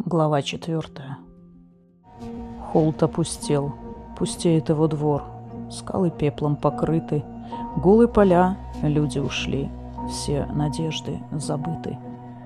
Глава 4. Холд опустел. Пустеет его двор. Скалы пеплом покрыты. Голые поля, люди ушли. Все надежды забыты.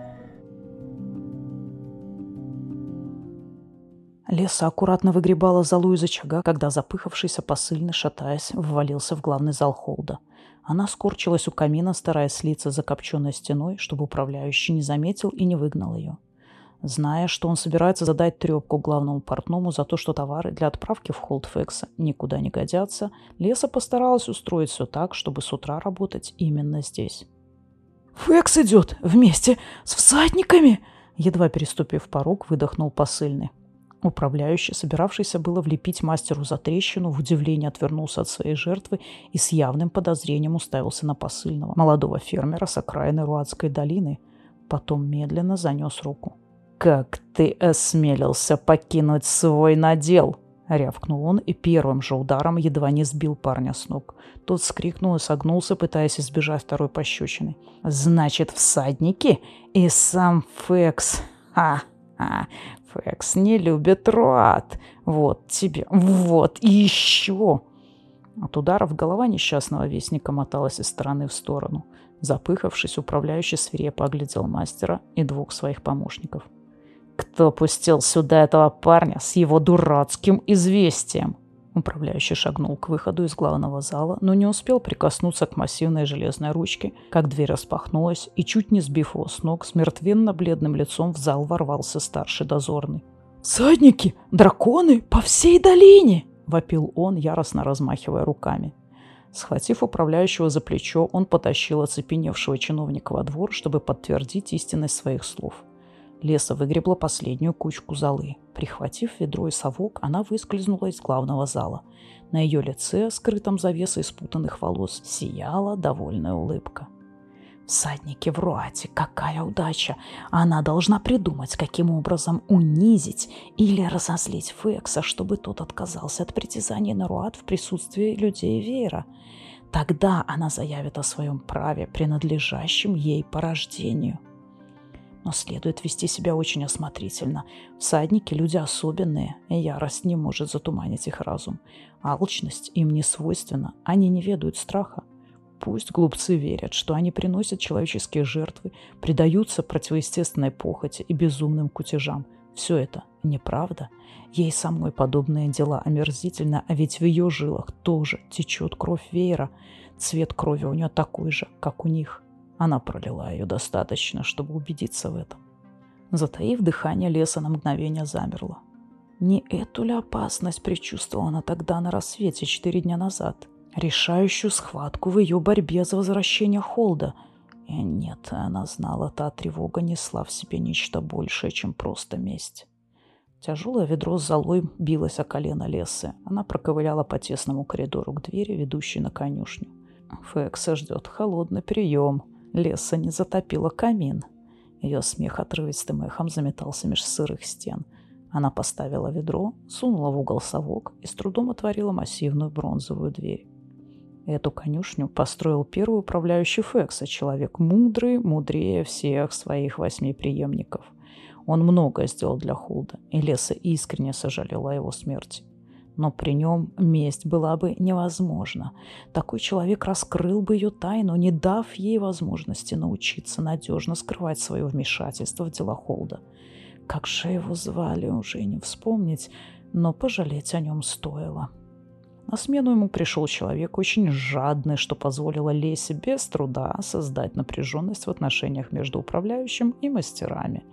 Леса аккуратно выгребала золу из очага, когда запыхавшийся посыльный, шатаясь, ввалился в главный зал Холда. Она скорчилась у камина, стараясь слиться за копченой стеной, чтобы управляющий не заметил и не выгнал ее. Зная, что он собирается задать трепку главному портному за то, что товары для отправки в Холд Фекса никуда не годятся, Леса постаралась устроить все так, чтобы с утра работать именно здесь. «Фекс идет вместе с всадниками!» Едва переступив порог, выдохнул посыльный. Управляющий, собиравшийся было влепить мастеру за трещину, в удивлении отвернулся от своей жертвы и с явным подозрением уставился на посыльного, молодого фермера с окраины Руатской долины. Потом медленно занес руку. «Как ты осмелился покинуть свой надел?» — рявкнул он и первым же ударом едва не сбил парня с ног. Тот вскрикнул и согнулся, пытаясь избежать второй пощечины. «Значит, всадники и сам Фекс. Ха-ха! Фекс не любит Руат. Вот тебе, вот и еще!» От ударов голова несчастного вестника моталась из стороны в сторону. Запыхавшись, управляющий свирепо оглядел мастера и двух своих помощников. «Кто пустил сюда этого парня с его дурацким известием?» Управляющий шагнул к выходу из главного зала, но не успел прикоснуться к массивной железной ручке, как дверь распахнулась, и, чуть не сбив его с ног, с мертвенно-бледным лицом в зал ворвался старший дозорный. «Всадники! Драконы! По всей долине!» — вопил он, яростно размахивая руками. Схватив управляющего за плечо, он потащил оцепеневшего чиновника во двор, чтобы подтвердить истинность своих слов. Леса выгребла последнюю кучку золы. Прихватив ведро и совок, она выскользнула из главного зала. На ее лице, скрытом завесой спутанных волос, сияла довольная улыбка. «Всадники в Руате, какая удача! Она должна придумать, каким образом унизить или разозлить Фекса, чтобы тот отказался от притязаний на Руат в присутствии людей Веера. Тогда она заявит о своем праве, принадлежащем ей по рождению. Но следует вести себя очень осмотрительно. Всадники – люди особенные, и ярость не может затуманить их разум. Алчность им не свойственна, они не ведают страха. Пусть глупцы верят, что они приносят человеческие жертвы, предаются противоестественной похоти и безумным кутежам. Все это неправда. Ей самой подобные дела омерзительны, а ведь в ее жилах тоже течет кровь Веера. Цвет крови у нее такой же, как у них. Она пролила ее достаточно, чтобы убедиться в этом. Затаив дыхание, Леса на мгновение замерла. Не эту ли опасность предчувствовала она тогда на рассвете 4 дня назад? Решающую схватку в ее борьбе за возвращение Холда? И нет, она знала, та тревога несла в себе нечто большее, чем просто месть. Тяжелое ведро с золой билось о колено Лесы. Она проковыляла по тесному коридору к двери, ведущей на конюшню. Фекса ждет холодный прием. Леса не затопила камин. Ее смех отрывистым эхом заметался меж сырых стен. Она поставила ведро, сунула в угол совок и с трудом отворила массивную бронзовую дверь. Эту конюшню построил первый управляющий Фекса, человек мудрый, мудрее всех своих 8 преемников. Он многое сделал для Холда, и Леса искренне сожалела о его смерти. Но при нем месть была бы невозможна. Такой человек раскрыл бы ее тайну, не дав ей возможности научиться надежно скрывать свое вмешательство в дела Холда. Как же его звали, уже не вспомнить, но пожалеть о нем стоило. На смену ему пришел человек очень жадный, что позволило Лесе без труда создать напряженность в отношениях между управляющим и мастерами.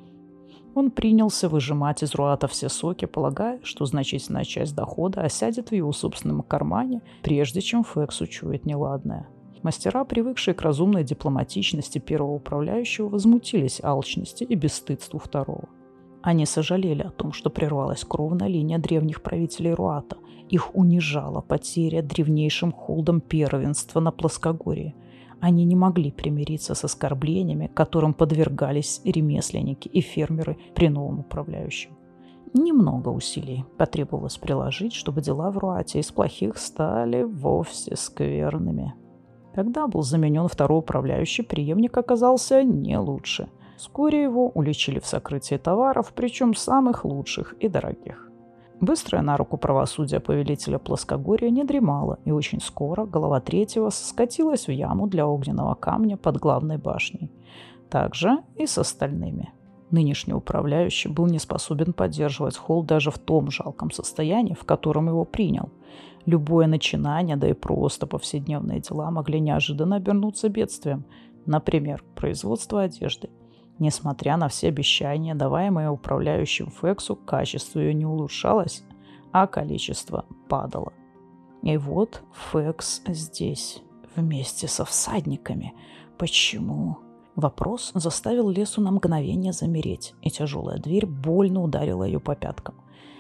Он принялся выжимать из Руата все соки, полагая, что значительная часть дохода осядет в его собственном кармане, прежде чем Фекс учует неладное. Мастера, привыкшие к разумной дипломатичности первого управляющего, возмутились алчности и бесстыдству второго. Они сожалели о том, что прервалась кровная линия древних правителей Руата. Их унижала потеря древнейшим Холдом первенства на плоскогорье. Они не могли примириться с оскорблениями, которым подвергались ремесленники и фермеры при новом управляющем. Немного усилий потребовалось приложить, чтобы дела в Руате из плохих стали вовсе скверными. Когда был заменен второй управляющий, преемник оказался не лучше. Вскоре его уличили в сокрытии товаров, причем самых лучших и дорогих. Быстрая на руку правосудия повелителя плоскогорья не дремала, и очень скоро голова третьего скатилась в яму для огненного камня под главной башней. Так же и с остальными. Нынешний управляющий был не способен поддерживать холл даже в том жалком состоянии, в котором его принял. Любое начинание, да и просто повседневные дела могли неожиданно обернуться бедствием. Например, производство одежды. Несмотря на все обещания, даваемые управляющим Фексу, качество ее не улучшалось, а количество падало. И вот Фекс здесь, вместе со всадниками. Почему? Вопрос заставил Лесу на мгновение замереть, и тяжелая дверь больно ударила ее по пяткам.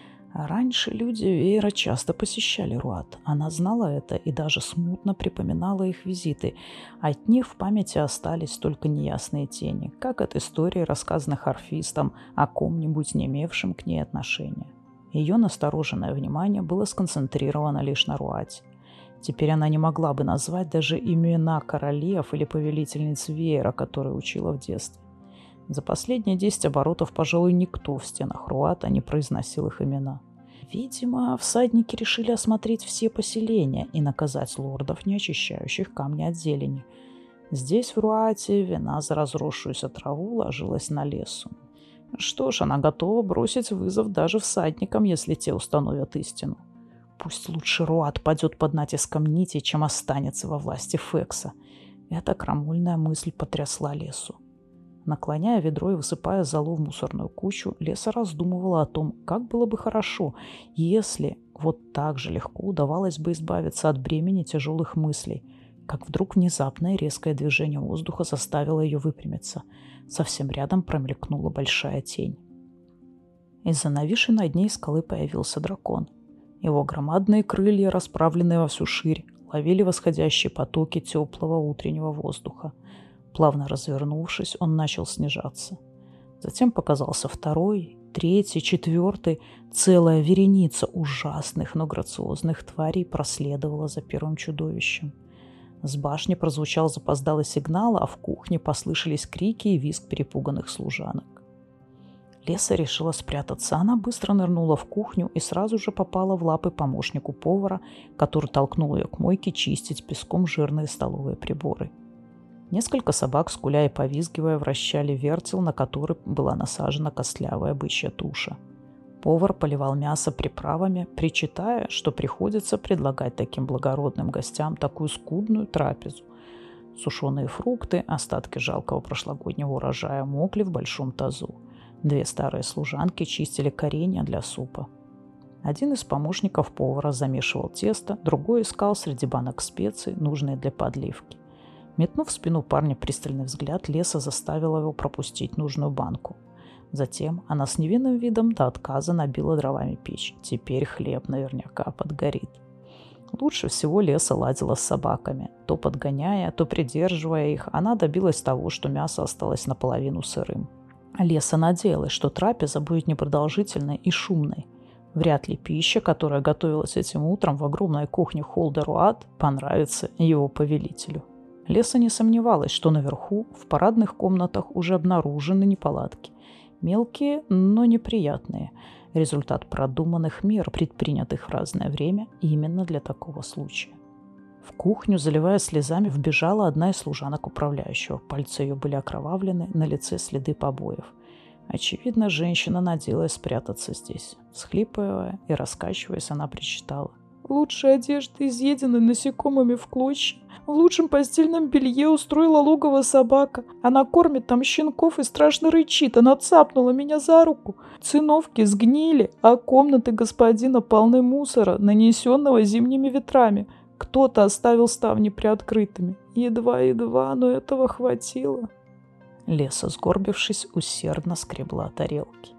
Раньше люди Веера часто посещали Руат. Она знала это и даже смутно припоминала их визиты. От них в памяти остались только неясные тени, как от истории, рассказанных орфистом о ком-нибудь, не имевшем к ней отношения. Ее настороженное внимание было сконцентрировано лишь на Руате. Теперь она не могла бы назвать даже имена королев или повелительниц Веера, которые учила в детстве. За последние 10 оборотов, пожалуй, никто в стенах Руата не произносил их имена. Видимо, всадники решили осмотреть все поселения и наказать лордов, не очищающих камни от зелени. Здесь, в Руате, вина за разросшуюся траву ложилась на Лесу. Что ж, она готова бросить вызов даже всадникам, если те установят истину. Пусть лучше Руат падет под натиском нити, чем останется во власти Фекса. Эта крамольная мысль потрясла Лесу. Наклоняя ведро и высыпая золу в мусорную кучу, Леса раздумывала о том, как было бы хорошо, если вот так же легко удавалось бы избавиться от бремени тяжелых мыслей, как вдруг внезапное резкое движение воздуха заставило ее выпрямиться. Совсем рядом промелькнула большая тень. Из-за нависшей над ней скалы появился дракон. Его громадные крылья, расправленные во всю ширь, ловили восходящие потоки теплого утреннего воздуха. Плавно развернувшись, он начал снижаться. Затем показался второй, третий, четвертый. Целая вереница ужасных, но грациозных тварей проследовала за первым чудовищем. С башни прозвучал запоздалый сигнал, а в кухне послышались крики и визг перепуганных служанок. Леса решила спрятаться. Она быстро нырнула в кухню и сразу же попала в лапы помощнику повара, который толкнул ее к мойке чистить песком жирные столовые приборы. Несколько собак, скуля и повизгивая, вращали вертел, на который была насажена костлявая бычья туша. Повар поливал мясо приправами, причитая, что приходится предлагать таким благородным гостям такую скудную трапезу. Сушеные фрукты, остатки жалкого прошлогоднего урожая мокли в большом тазу. 2 старые служанки чистили коренья для супа. Один из помощников повара замешивал тесто, другой искал среди банок специй, нужные для подливки. Метнув в спину парня пристальный взгляд, Леса заставила его пропустить нужную банку. Затем она с невинным видом до отказа набила дровами печь. Теперь хлеб наверняка подгорит. Лучше всего Леса ладила с собаками. То подгоняя, то придерживая их, она добилась того, что мясо осталось наполовину сырым. Леса надеялась, что трапеза будет непродолжительной и шумной. Вряд ли пища, которая готовилась этим утром в огромной кухне холда Руат, понравится его повелителю. Леса не сомневалась, что наверху, в парадных комнатах, уже обнаружены неполадки. Мелкие, но неприятные. Результат продуманных мер, предпринятых в разное время именно для такого случая. В кухню, заливая слезами, вбежала одна из служанок управляющего. Пальцы ее были окровавлены, на лице следы побоев. Очевидно, женщина надеялась спрятаться здесь. Всхлипывая и раскачиваясь, она причитала: «Лучшая одежда изъедена насекомыми в клочья. В лучшем постельном белье устроила логово собака. Она кормит там щенков и страшно рычит. Она цапнула меня за руку. Циновки сгнили, а комнаты господина полны мусора, нанесенного зимними ветрами. Кто-то оставил ставни приоткрытыми. Едва-едва, но этого хватило». Леса, сгорбившись, усердно скребла тарелки.